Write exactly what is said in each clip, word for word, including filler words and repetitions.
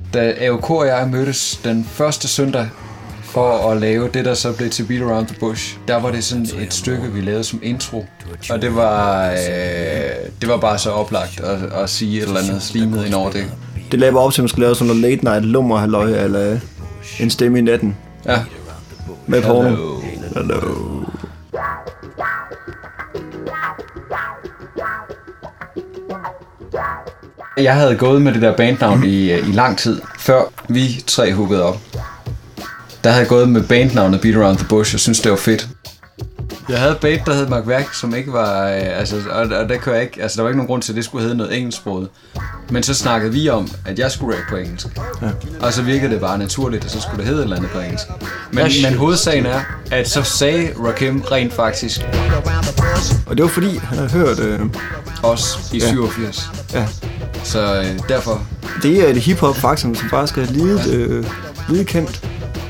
da A O K og jeg mødtes den første søndag for at lave det, der så blev til Beat Around the Bush, der var det sådan et stykke, vi lavede som intro. Og det var, øh, det var bare så oplagt at, at sige et eller andet slimet ind over det. Det lagde bare op til, at man skulle lave sådan noget late night lummerhalløj, eller en stemme i natten. Ja. Med porno. Hello. Hello. Jeg havde gået med det der bandnavn i, i lang tid, før vi tre hookede op. Der havde jeg gået med bandnavnet Beat Around the Bush, og synes det var fedt. Jeg havde et band, der hed Magværk, som ikke var, øh, altså, og, og der kunne jeg ikke, altså der var ikke nogen grund til, at det skulle hedde noget engelsksproget. Men så snakkede vi om, at jeg skulle rappe på engelsk. Ja. Og så virkede det bare naturligt, og så skulle det hedde et eller andet på engelsk. Men, men hovedsagen er, at så sagde Rakim rent faktisk. Og det var fordi, han havde hørt øh... os i syvogfirs. Ja. Så øh, derfor. Det er det hiphop faktisk, som faktisk er lidet, ja. øh, lidet kendt.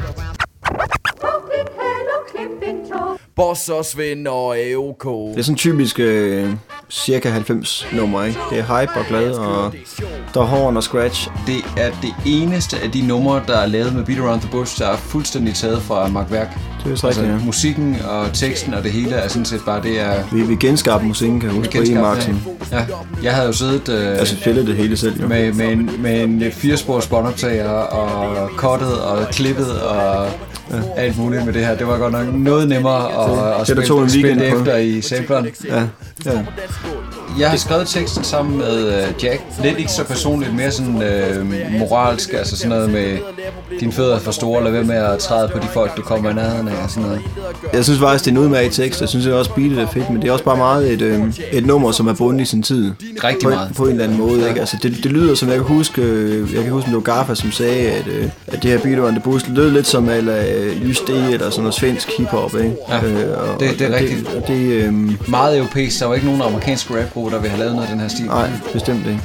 Boss og Svend og A O K. Det er sådan typisk øh, cirka halvfems nummer, ikke? Det er hype og glad, og der er horn og scratch. Det er det eneste af de numre, der er lavet med Beat Around the Bush, der er fuldstændig taget fra Magværk. Det er så rigtigt, altså, ja. Musikken og teksten og det hele er sådan set bare, det er... Vi, vi genskabte musikken, kan jeg huske, på E-Marksen. Ja. Jeg havde jo siddet... Øh, altså spillet det hele selv, jo. Med, med en, med en firespors båndoptager og cuttet og klippet og... Ja. Alt muligt med det her. Det var godt nok noget nemmere at, at spille, det, spille det efter i sampleren. Ja. Ja. Jeg har skrevet teksten sammen med uh, Jack. Lidt ikke så personligt, mere sådan uh, moralsk, altså sådan noget med dine fødder er for store, lad være med at træde på de folk, du kommer i nærheden af og sådan noget. Jeg synes faktisk, det er en udmærket tekst. Jeg synes også, beatet er fedt, men det er også bare meget et, øh, et nummer, som er bundet i sin tid. Rigtig på, meget. På en eller anden måde, ikke? Altså, det, det lyder som, jeg kan huske, øh, jeg kan huske, det var Gaffa, som sagde, at, øh, at det her Beat Around the Bush lød lidt som eller øh, Just det, eller sådan noget svensk hiphop, ikke? Ja, øh, og, det, det er og rigtigt. Det, det, øh, meget europæisk. Der var ikke nogen amerikanske rapgrupper, der ville have lavet noget af den her stil. Nej, bestemt ikke.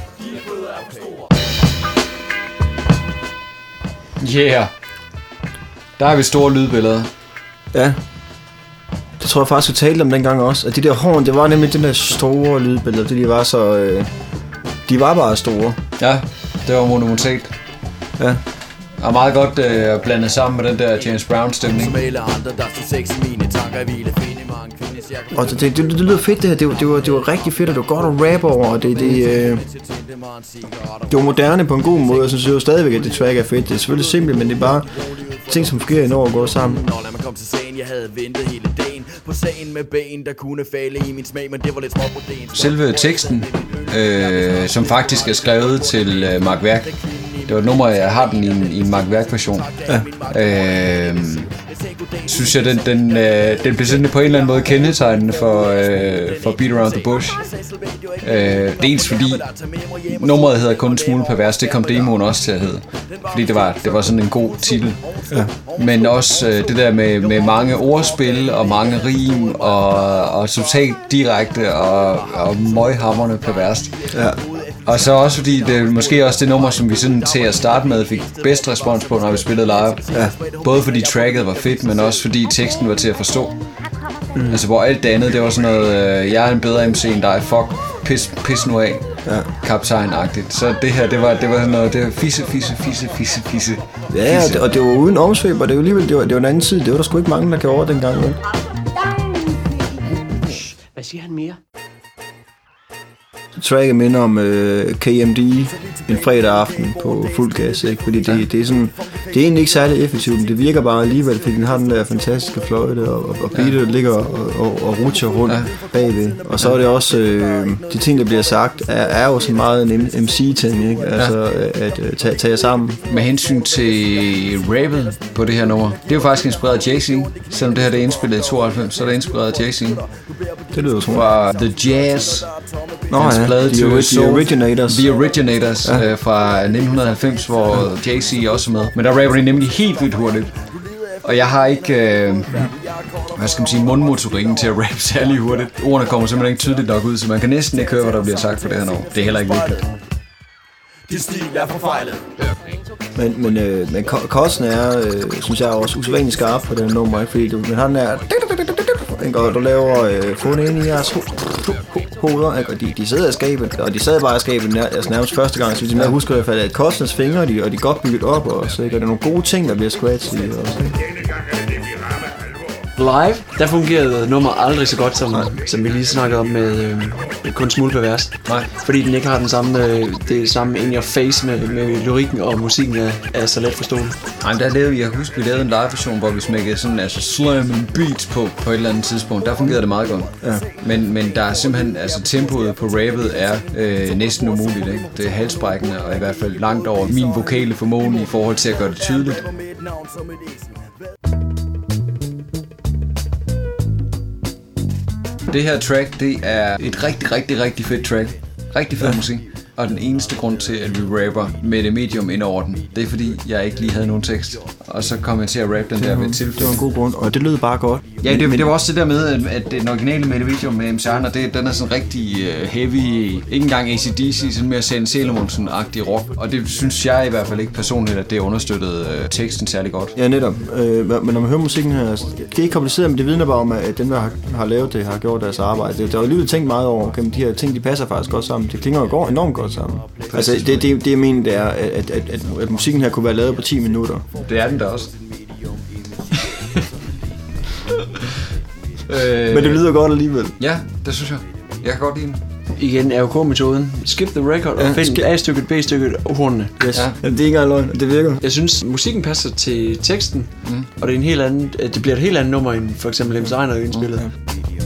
Yeah. Der har vi store lydbilleder. Ja. Det tror jeg faktisk, vi talte om dengang også. At de der horn, det var nemlig den der store lydbilleder. Det de var så... Øh, de var bare store. Ja, det var monumentalt. Ja. Og meget godt øh, blandet sammen med den der James Brown-stemning. Og det, det, det, det lyder fedt det her. Det var, det, var, det var rigtig fedt, og det var godt at rappe over. Og det, det, øh, det var moderne på en god måde. Jeg synes jo stadigvæk, at det track er fedt. Det er selvfølgelig simpelt, men det er bare ting, som fungerer når at gå sammen. Nå, lad mig komme til sagen. Jeg havde ventet hele dagen på sagen med ben, der kunne falde i min smag, men det var lidt små på den. Selve teksten, øh, som faktisk er skrevet til øh, Magværk. Det var et nummer, jeg har den i en, i en Magværk-version. Ja. Øh, synes jeg, den, den, øh, den blev sådan på en eller anden måde kendetegnende for, øh, for Beat Around the Bush. Øh, dels fordi nummeret hedder kun en smule pervers, det kom demoen også til at hedde. Fordi det var, det var sådan en god titel. Ja. Men også øh, det der med, med mange ordspil og mange rim og, og totalt direkte og, og møghamrende perverst. Ja. Og så også fordi det er måske også det nummer, som vi sådan til at starte med fik bedst respons på, når vi spillede live. Ja. Både fordi tracket var fedt, men også fordi teksten var til at forstå. Mm. Altså hvor alt det andet, det var sådan noget, øh, jeg er en bedre M C end dig, fuck, pis, pis nu af, ja. Kaptajn-agtigt. Så det her, det var, det var sådan noget, det var fisse, fisse, fisse, fisse, fisse. Ja, og det, og det var uden omsvøb, og det var alligevel, det var, det var en anden tid, det var der sgu ikke mange, der gjorde dengang. Ja. Hvad siger han mere? Tracket minder om øh, K M D en fredag aften på fuld gas, ikke? Fordi det, det er sådan, det er egentlig ikke særlig effektivt, men det virker bare alligevel, fordi den har den der fantastiske fløjte, og, og beatet ja. ligger og, og, og rutscher rundt ja. bagved. Og så er det også, øh, de ting, der bliver sagt, er, er jo så meget en M C-ting, ikke? Altså, ja. at uh, tage, tage jer sammen. Med hensyn til rappet på det her nummer, det er jo faktisk inspireret af Jay-Z. Selvom det her det er indspillet i tooghalvfems, så er det inspireret af Jay-Z. Det lyder sådan. Fra The Jazz. Nå ja, the, ori- the Originators. The Originators ja. øh, fra nitten halvfems, hvor ja. Jay-Z også er med. Men der rapper de nemlig helt vildt hurtigt. Og jeg har ikke, øh, hvad skal man sige, mundmotorikken til at rappe særlig hurtigt. Ordene kommer simpelthen ikke tydeligt nok ud, så man kan næsten ikke høre, hvad der bliver sagt på det her nummer. Det er heller ikke vigtigt. Din stil er forfejlet. Men, men, øh, men Kosten er, øh, synes jeg, også usædvanligt skarp på det her nummer, ikke? Fordi du, men han er... ikke? Og du laver øh, få det ind i jeres ho- ho- ho- hoveder, ikke? Og de, de sidder i skabet, og de sad bare i skabet nær, altså nærmest første gang, så jeg husker i hvert fald, at Kostners fingre, og de, og de er godt bygget op også, ikke? Og det er nogle gode ting, der bliver scratchet i også, ikke? Live, der fungerede nummer aldrig så godt, som, som vi lige snakkede om med, øh, med kun smule pervers. Nej. Fordi den ikke har den samme, øh, det samme in your face med, med lyrikken, og musikken er, er så let forstående. Nej, der lavede, jeg husker, vi lavede en live-version, hvor vi smækkede sådan, altså slamming beats på, på et eller andet tidspunkt. Der fungerede det meget godt. Ja. Men, men der er simpelthen, altså tempoet på rappet er øh, næsten umuligt, ikke? Det er halsbrækkende, og i hvert fald langt over min vokale formåen i forhold til at gøre det tydeligt. Det her track, det er et rigtig, rigtig, rigtig fedt track. Rigtig fed ja. musik. Og den eneste grund til, at vi rapper med det medium ind over den, det er fordi, jeg ikke lige havde nogen tekst. Og så kom jeg til at rappe den der ved et tilfælde. Det var en god grund, og det lød bare godt. Ja, det, det var også det der med, at den originale med det medium med M C R'en, det, den er sådan rigtig uh, heavy, ikke engang A C D C, sådan mere Sanne Salomonsen-agtig rock. Og det synes jeg i hvert fald ikke personligt, at det understøttede uh, teksten særlig godt. Ja, netop. Øh, men når man hører musikken her, det er ikke kompliceret, men det vidner bare om, at dem, der har, har lavet det, har gjort deres arbejde. Det, der er jo lige tænkt meget over, okay, de her ting, de passer faktisk godt sammen. Det klinger jo går enormt godt sammen. Altså, det, det, det jeg mener, det er, at, at, at, at, at musikken her kunne være lavet på ti minutter. Det er den da også. øh, Men det lyder godt alligevel. Ja, det synes jeg. Jeg kan godt lide den. Igen, R K metoden. Skip the record og ja, find skip. A-stykket, B-stykket og hornene. Yes. Ja. Jamen, det er ikke engang løgn, det virker. Jeg synes, musikken passer til teksten, mm. og det er en helt anden, det bliver et helt andet nummer end for eksempel M C R'en og indspillet. Okay.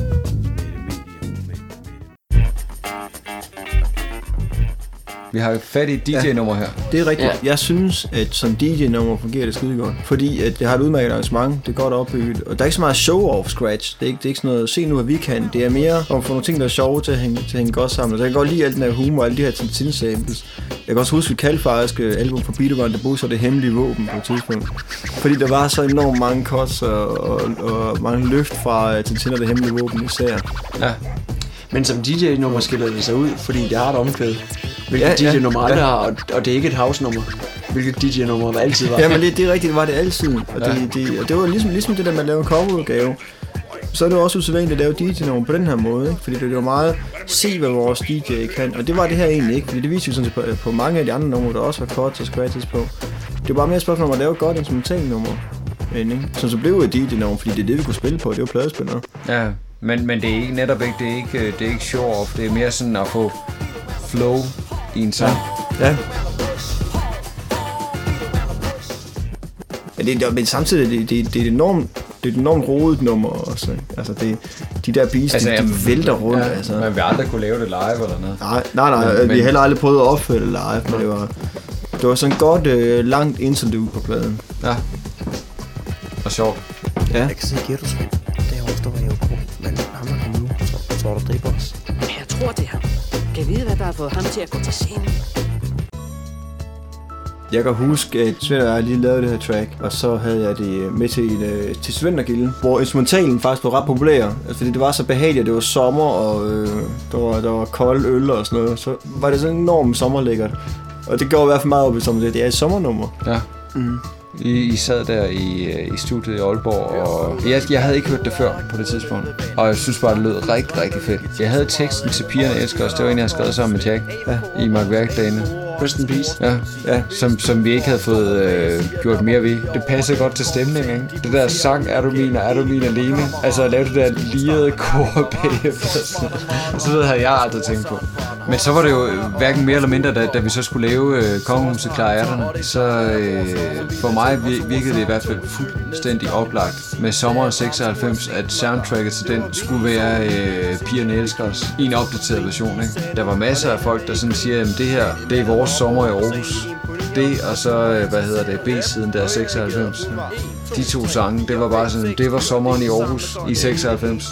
Vi har fat i et D J-nummer her. Det er rigtigt. Ja. Jeg synes, at som D J-nummer fungerer det skide godt. Fordi at det har et udmærket arrangement, det er godt opbygget. Og der er ikke så meget show-off scratch. Det er ikke, det er ikke sådan noget, se nu, hvad vi kan. Det er mere om at få nogle ting, der er sjove til at hænge, til at hænge godt sammen. Så jeg kan godt lide alt den her humor og alle de her Tintin-samples. Jeg kan også huske, at vi kaldte faktisk album fra Beat One, der boede så det hemmelige våben på et tidspunkt. Fordi der var så enormt mange cuts og, og, og mange løft fra Tintin og det hemmelige våben især. Ja. Men som D J-nummer skiller det sig ud, fordi det har et omkvæd. Hvilket ja, D J-nummer ja, aldrig ja. har, og, og det er ikke et house-nummer. Hvilket D J-nummer altid var. Ja, men det, det er rigtigt, det var det altid. Og, ja. det, det, og det var ligesom, ligesom det der med at lave en coverudgave. Så er det også usædvanligt at lave D J-nummer på den her måde, ikke? Fordi det, det var meget se, hvad vores D J kan. Og det var det her egentlig ikke, fordi det viser jo sådan på, på mange af de andre numre, der også var cuts og scratches på. Det var bare mere et spørgsmål om at lave et godt instrumentalnummer. Så så blev det et D J-nummer, fordi det er det, vi kunne spille på. Det var pladespillere. Ja, men, men det er ikke netop ikke, det er ikke, det er ikke show-off. Det er mere sådan at få flow i en sang. Ja. Ja. Men, det, men samtidig det, det, det er et enormt det er et enormt rodet nummer også. Altså det, de der beats, altså, de, de vælter rundt. Ja, altså. Man vil aldrig kunne lave det live eller noget. Nej, nej, nej. Men, vi har heller aldrig prøvet at opføre det live, men det var, det var sådan et godt øh, langt interlude på pladen. Ja. Og sjovt. Ja. Jeg kan se Ghetto-Svend. Derovre står jeg jo på. Men ham er kommet nu. Så står der driber os. Jeg tror det er ham. Kan jeg vide, hvad der har fået ham til at gå til scenen? Jeg kan huske, at Svend og jeg lige lavede det her track, og så havde jeg det med til, uh, til Svendergilden, hvor instrumentalen faktisk blev ret populær. Altså, fordi det var så behageligt, det var sommer, og øh, der, var, der var kold øl og sådan noget. Så var det sådan enormt sommerlækkert. Og det går i hvert fald meget op i sommer. Det er et sommernummer. Ja. Mm. I, I sad der i, i studiet i Aalborg, og jeg, jeg havde ikke hørt det før på det tidspunkt. Og jeg synes bare, det lød rigtig, rigtig fedt. Jeg havde teksten til Pigerne Elsker Os. Det var en, jeg havde skrevet sammen med Jack ja. i Mark Værk-dagene. Rest in peace. Ja, ja. Som, som vi ikke havde fået øh, gjort mere ved. Det passer godt til stemningen, ikke? Det der sang, er du min, og er du min alene? Altså at lave det der lirede kor bagefter. Så det havde jeg aldrig tænkt på. Men så var det jo hverken mere eller mindre, da, da vi så skulle lave øh, Kongehuset Klar Ærterne. Så øh, for mig virkede det i hvert fald fuldstændig oplagt med sommeren seksoghalvfems, at soundtracket til den skulle være øh, Pigerne Elsker Os i en opdateret version, ikke? Der var masser af folk, der sådan siger, at det her, det er vores sommer i Aarhus. Det, og så, hvad hedder det, B-siden der seksoghalvfems. De to sange, det var bare sådan, det var sommeren i Aarhus i seksoghalvfems.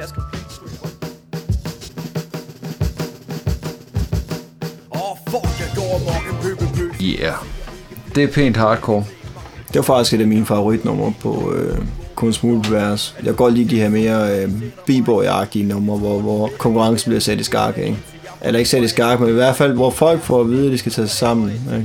Yeah. Det er pænt hardcore. Det var faktisk et af mine favoritnumre på øh, Kun Smule Pervers. Jeg kan godt lide de her mere øh, b-boy-agtige numre, hvor, hvor konkurrencen bliver sat i skak, ikke? Eller ikke sat i skak, men i hvert fald, hvor folk får at vide, at de skal tage sig sammen, ikke?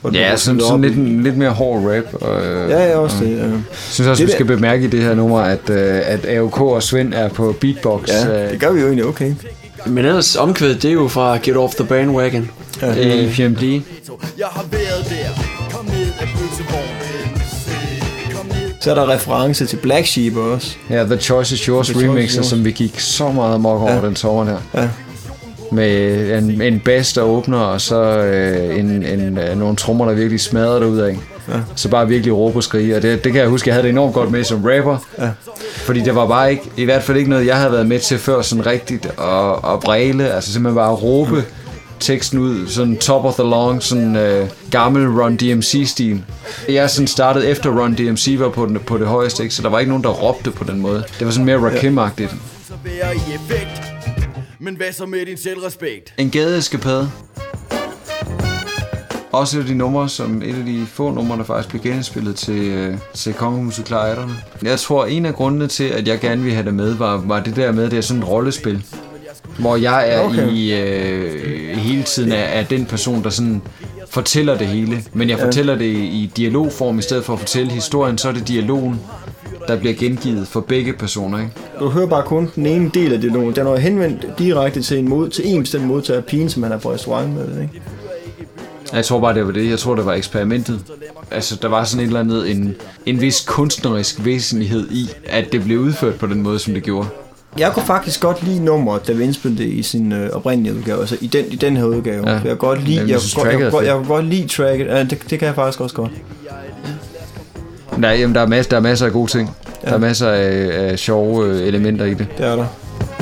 Hvor det Ja, bliver sådan, fyldt sådan op lidt, i- lidt mere hård rap. Og, øh, Ja, ja, også det. Ja. Jeg synes også, Det vi der- skal bemærke i det her nummer, at, øh, at A O K og Svend er på beatbox. Ja, øh, det gør vi jo egentlig okay. Men ellers omkvædet, det er jo fra Get Off the Bandwagon. i P M D. Jeg har været der. Kom ned af pølsevognen. Kom ned. Så er der reference til Black Sheep også. Ja, The Choice Is Yours The Choice Is remixer, Yours. som vi gik så meget mok over Ja. den sommer der. Ja. Med en, en bass, der åbner, og så øh, en, en, øh, nogle trommer, der virkelig smadrer derudad. Ja. Så bare virkelig råbe og skrige. Og det, det kan jeg huske, jeg havde det enormt godt med som rapper. Ja. Fordi det var bare ikke, i hvert fald ikke noget, jeg havde været med til før sådan rigtigt. Og, og bræle, altså simpelthen bare råbe teksten ud, sådan top of the long, sådan øh, gammel Run D M C-stil. Jeg sådan startede efter Run D M C var på, den, på det højeste, ikke? Så der var ikke nogen, der råbte på den måde. Det var sådan mere Rakim-agtigt. Så være i effekt. Men hvad så med din selvrespekt? En gadeeskapade. Også et af de numre, som et af de få numre, der faktisk blev genindspillet til, øh, til Kongehuset klarer etterne. Jeg tror, en af grundene til, at jeg gerne ville have det med, var, var det der med, at det er sådan et rollespil. Hvor jeg er Okay. i øh, hele tiden er, er den person, der sådan fortæller det hele. Men jeg fortæller det i dialogform, i stedet for at fortælle historien, så er det dialogen, der bliver gengivet for begge personer, ikke? Du hører bare kun den ene del af det nu. Den er henvendt direkte til en, mod, til en bestemt modtager, pigen, som han er på restaurant med, ikke? Jeg tror bare, det var det. Jeg tror, det var eksperimentet. Altså, der var sådan et eller andet, en, en vis kunstnerisk væsentlighed i, at det blev udført på den måde, som det gjorde. Jeg kunne faktisk godt lide nummeret, da vi indspillede det i sin øh, oprindelige udgave, altså i den, i den her udgave. Ja. Jeg kan godt lide, Jamen, jeg, jeg synes, jeg, jeg, tracket er jeg, jeg, fedt. jeg kunne godt lide tracket. Ja, det, det kan jeg faktisk også godt. Nej, jamen, der er, masser, der er masser af gode ting. Ja. Der er masser af, af sjove øh, elementer i det. Det er der.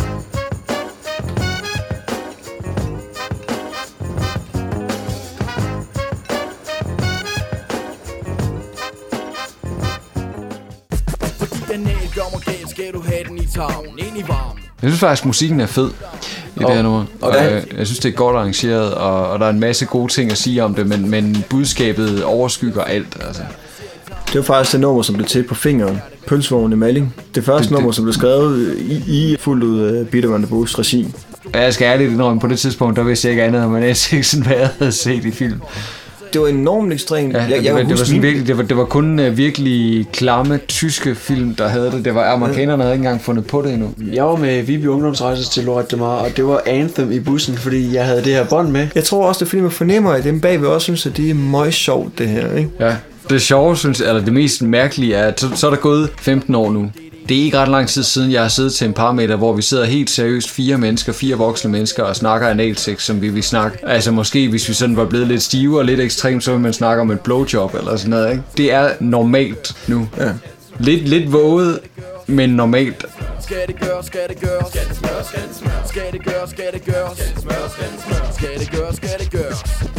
Fordi den næl gør mig galt, skal du have den i tarven. Ind i varmen. Jeg synes faktisk, musikken er fed i det her nummer. Og og øh, jeg synes, det er godt arrangeret, og, og der er en masse gode ting at sige om det, men, men budskabet overskygger alt. Altså. Det var faktisk det nummer, som blev til på fingeren. Pølsevognen i Malling. Det første Det- det, nummer, det- som blev skrevet i, i fuldt ud uh, Beat Around the Bush regi. Jeg skal ærligt indrømme, på det tidspunkt, der vidste jeg ikke andet, men jeg ikke sådan, hvad jeg havde set i film. Det var enormt ekstremt. Ja, jeg, det, jeg var, kan det, var huske sådan min- virkelig, det, var, det var kun uh, virkelig klamme tyske film, der havde det. Det var amerikanerne, havde ikke engang fundet på det endnu. Jeg var med Viby Ungdomsrejser til Lorette de Mar, og det var Anthem i bussen, fordi jeg havde det her bånd med. Jeg tror også, det er fordi, man fornemmer, at dem bagved også synes, at det er meget sjovt, det her, ikke? Ja. Det sjove, synes jeg, eller det mest mærkelige er, at så, så er der gået femten år nu. Det er ikke ret lang tid siden, jeg har siddet til en parameter, hvor vi sidder helt seriøst, fire mennesker, fire voksne mennesker, og snakker analsex, som vi vil snakke. Altså måske, hvis vi sådan var blevet lidt stive og lidt ekstremt, så vil man snakke om et blowjob eller sådan noget, ikke? Det er normalt nu. Ja. Lidt, lidt våget, men normalt. Skal det gøres, skal det gøres. Skal det smøres, skal det smøres. Skal det gøres, skal det gøres. Skal det smøres, skal det smøres. Skal det gøres, skal det gøres.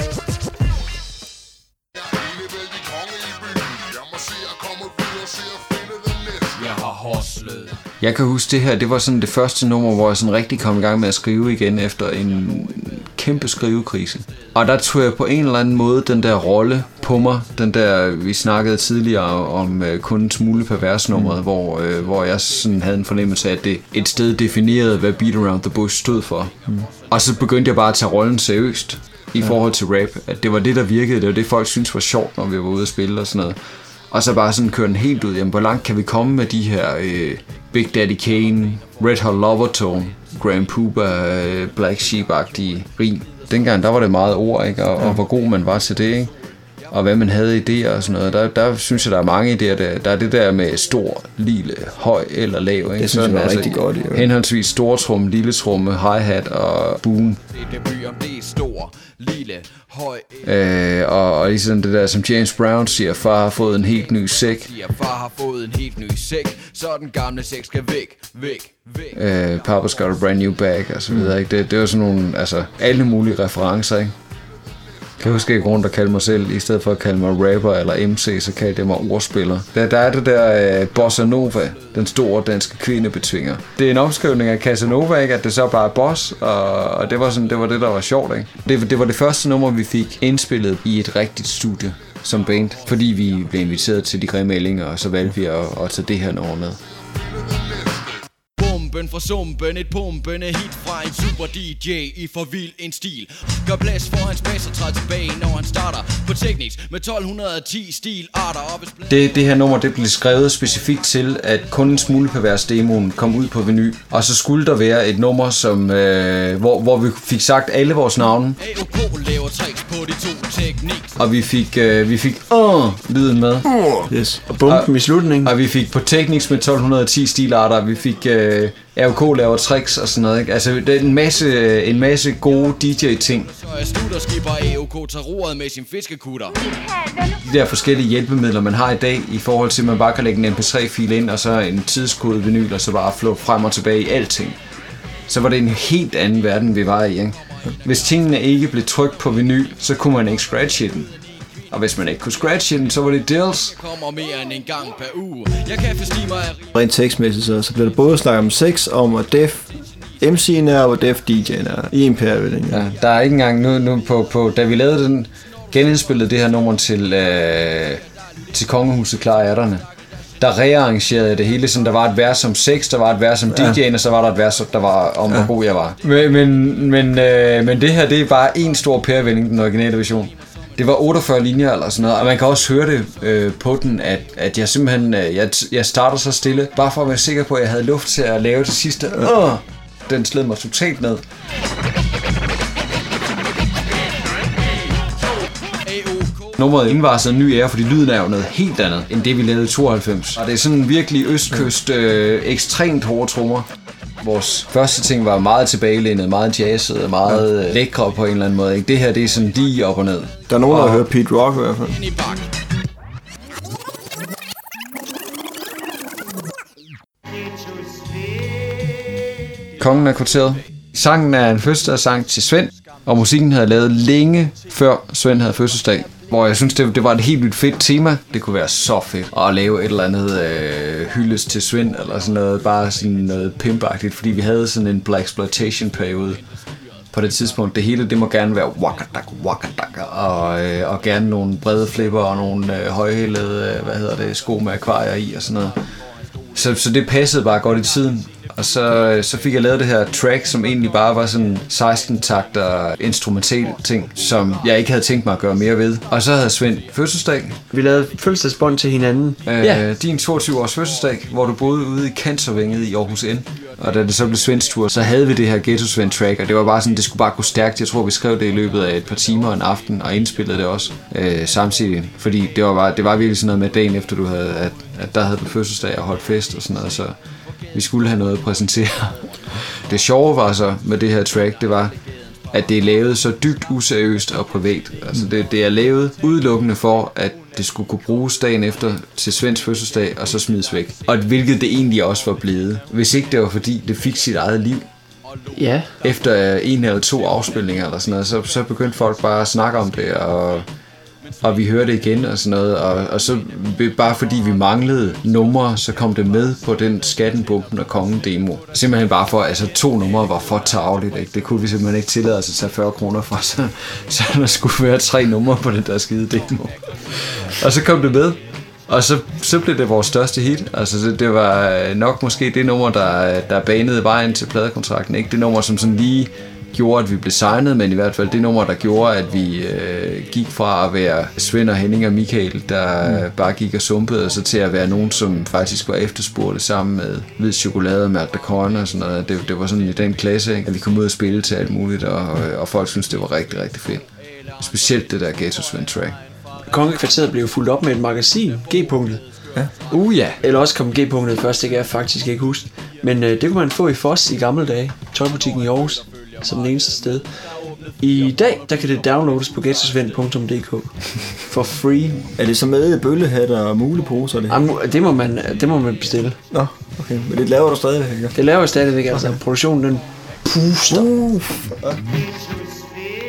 Jeg kan huske det her, det var sådan det første nummer, hvor jeg sådan rigtig kom i gang med at skrive igen efter en kæmpe skrivekrise. Og der tog jeg på en eller anden måde den der rolle på mig, den der, vi snakkede tidligere om uh, kun en smule pervers nummeret, mm. hvor, uh, hvor jeg sådan havde en fornemmelse af, at det et sted definerede, hvad Beat Around the Bush stod for. Mm. Og så begyndte jeg bare at tage rollen seriøst i ja. forhold til rap, at det var det, der virkede, det var det, folk syntes var sjovt, når vi var ude at spille og sådan noget. Og så bare sådan køre den helt ud. Jamen, hvor langt kan vi komme med de her øh, Big Daddy Kane, Red Hot Lovertone, Grand Puba, øh, Black Sheep-agtige rim. Dengang, der var det meget ord, ikke? Og, ja. og hvor god man var til det, ikke? Og hvad man havde idéer og sådan noget. Der, der synes jeg, der er mange idéer. Der, der er det der med stor, lille, høj eller lav, ikke? Det synes jeg var rigtig godt, jo. Henholdsvis stortrumme, lille trumme, hi-hat og boom. Det er by, om det er stor, lille, høj. Øh, og, og ligesom det der, som James Brown siger, far har fået en helt ny sæk. Siger, far har fået en helt ny sæk, så den gamle sæk skal væk, væk, væk. Øh, Papa's got a brand new bag og så videre, ikke? Det, det var sådan nogle, altså, alle mulige referencer, ikke? Jeg kan huske, at jeg rundt og kalde mig selv, i stedet for at kalde mig rapper eller M C, så kaldte jeg mig ordspiller. Der, der er det der uh, Bossa Nova, den store danske kvindebetvinger. Det er en omskrivning af Casanova, ikke? At det så bare er boss, og, og det var sådan, det var det, der var sjovt, ikke? Det, det var det første nummer, vi fik indspillet i et rigtigt studie som band, fordi vi blev inviteret til de grimme ællinger, og så valgte vi at, at tage det her nummer med. Bomben fra sumpen, et pumpende hit fra en super D J i for vild en stil. Gør plads for hans bass og træder tilbage, når han starter På Technics med tolv ti stilarter op. Det, det her nummer, det blev skrevet specifikt til, at kun en smule pervers demoen kom ud på vinyl. Og så skulle der være et nummer, som, øh, hvor, hvor vi fik sagt alle vores navne. A O K laver tricks på de to Technics. Og vi fik, øh, vi fik øh, lyden med. Yes. Og bumpen i slutningen. Og vi fik på Technics med tolv ti stilarter. Vi fik øh, A O K laver tricks og sådan noget. Ikke? Altså, det er en masse, en masse gode D J-ting. Så er slutterskipper A O K tager roret med sin fiskekutter. De der forskellige hjælpemidler, man har i dag, i forhold til, at man bare kan lægge en M P tre-fil ind, og så en tidskode vinyl, og så bare flå frem og tilbage i alting. Så var det en helt anden verden, vi var i. Ikke? Hvis tingene ikke blev trykt på vinyl, så kunne man ikke scratche den. Og hvis man ikke kunne scratche den, så var det deals. Kommer mere end en gang per uge. Jeg kan forstå mig af Rent tekstmæssigt, så, så bliver der både snakket om sex, om hvor def M C'en er, og hvor def D J'en er. I en pærevælling. Ja, der er ikke engang nu, nu på, på, da vi lavede den, genindspillede det her nummer til, øh, til Kongehuset Klar Ærterne. Der rearrangerede det hele, sådan der var et vers om sex, der var et vers om ja. D J'en, og så var der et vers, der var om ja. hvor god jeg var. Men, men, men, øh, men det her, det er bare en stor pærevælling, den originale version. Det var otteogfyrre linjer eller sådan noget, og man kan også høre det øh, på den, at, at jeg simpelthen, øh, jeg, jeg starter så stille, bare for at være sikker på, at jeg havde luft til at lave det sidste. Øh, den sled mig totalt ned. Nummeret indvarslede en ny ære, fordi lyden er jo noget helt andet, end det vi lavede i tooghalvfems. Og det er sådan virkelig østkyst, øh, ekstremt hårde trommer. Vores første ting var meget tilbagelænet, meget jazzet, meget ja. lækre på en eller anden måde. Ikke? Det her, det er sådan lige op og ned. Der er nogen, der hører Pete Rock i hvert fald. Kongen af kvarteret. Sangen er en fødselsdagssang til Svend, og musikken havde lavet længe før Svend havde fødselsdag. Hvor jeg synes, det, det var et helt nyt fedt tema. Det kunne være så fedt at lave et eller andet øh, hyldest til Svend, eller sådan noget, bare sådan noget pimpagtigt, fordi vi havde sådan en blaxploitation-periode på det tidspunkt. Det hele, det må gerne være wakadak, wakadak, og, øh, og gerne nogle brede flipper og nogle øh, højhælede, øh, hvad hedder det, sko med akvarier i og sådan noget. Så, så det passede bare godt i tiden. Og så, så fik jeg lavet det her track, som egentlig bare var sådan seksten-takter instrumental ting, som jeg ikke havde tænkt mig at gøre mere ved. Og så havde Svend fødselsdag. Vi lavede fødselsdagsbånd til hinanden. Øh, ja. Din toogtyve års fødselsdag, hvor du boede ude i Cancervænget i Aarhus N. Og da det så blev Svends tur, så havde vi det her Ghetto Svend track, og det var bare sådan, det skulle bare gå stærkt. Jeg tror, vi skrev det i løbet af et par timer en aften, og indspillede det også øh, samtidig. Fordi det var, bare, det var virkelig sådan noget med dagen efter, du havde, at, at der havde du fødselsdag og holdt fest og sådan noget, så vi skulle have noget at præsentere. Det sjove var så med det her track, det var, at det er lavet så dybt useriøst og privat. Altså det, det er lavet udelukkende for, at det skulle kunne bruges dagen efter til Svends fødselsdag, og så smides væk. Og hvilket det egentlig også var blevet. Hvis ikke det var fordi, det fik sit eget liv. Ja. Efter en eller to afspilninger eller sådan noget, så, så begyndte folk bare at snakke om det, og... Og vi hørte det igen og sådan noget, og, og så bare fordi vi manglede numre, så kom det med på den Skattenbomben og Kongen demo. Simpelthen bare for, altså to numre var for tarveligt, ikke? Det kunne vi simpelthen ikke tillade os at tage fyrre kroner fra, så, så der skulle være tre numre på den der skide demo. Og så kom det med, og så, så blev det vores største hit. Altså det, det var nok måske det nummer, der, der banede vejen til pladekontrakten, ikke det nummer, som sådan lige gjorde, at vi blev signet, men i hvert fald det nummer, der gjorde, at vi øh, gik fra at være Svend og Henning og Michael, der mm. bare gik og sumpede, og så til at være nogen, som faktisk var efterspurgte sammen med Hvid Chokolade og Magda Korn og sådan noget. Det, det var sådan i den klasse, ikke? At vi kom ud og spille til alt muligt, og, og folk syntes, det var rigtig, rigtig fedt. Specielt det der Ghetto Svend track. Kongekvarteret blev fuldt op med et magasin, G-punktet. Ja. Uh ja. Eller også kom G-punktet først, det kan jeg faktisk ikke huske. Men øh, det kunne man få i Foss i gamle dage. Tøjbutikken i Aarhus. Som den eneste sted. I dag, der kan det downloades på ghettosvend punktum d k for free. Er det så med bøllehatter og muleposer? Det? Jamen, det må man, det må man bestille. Nå, okay. Men det laver du stadigvæk, ikke? Det laver jeg stadigvæk, altså. Okay. Produktionen, den puster. Uh.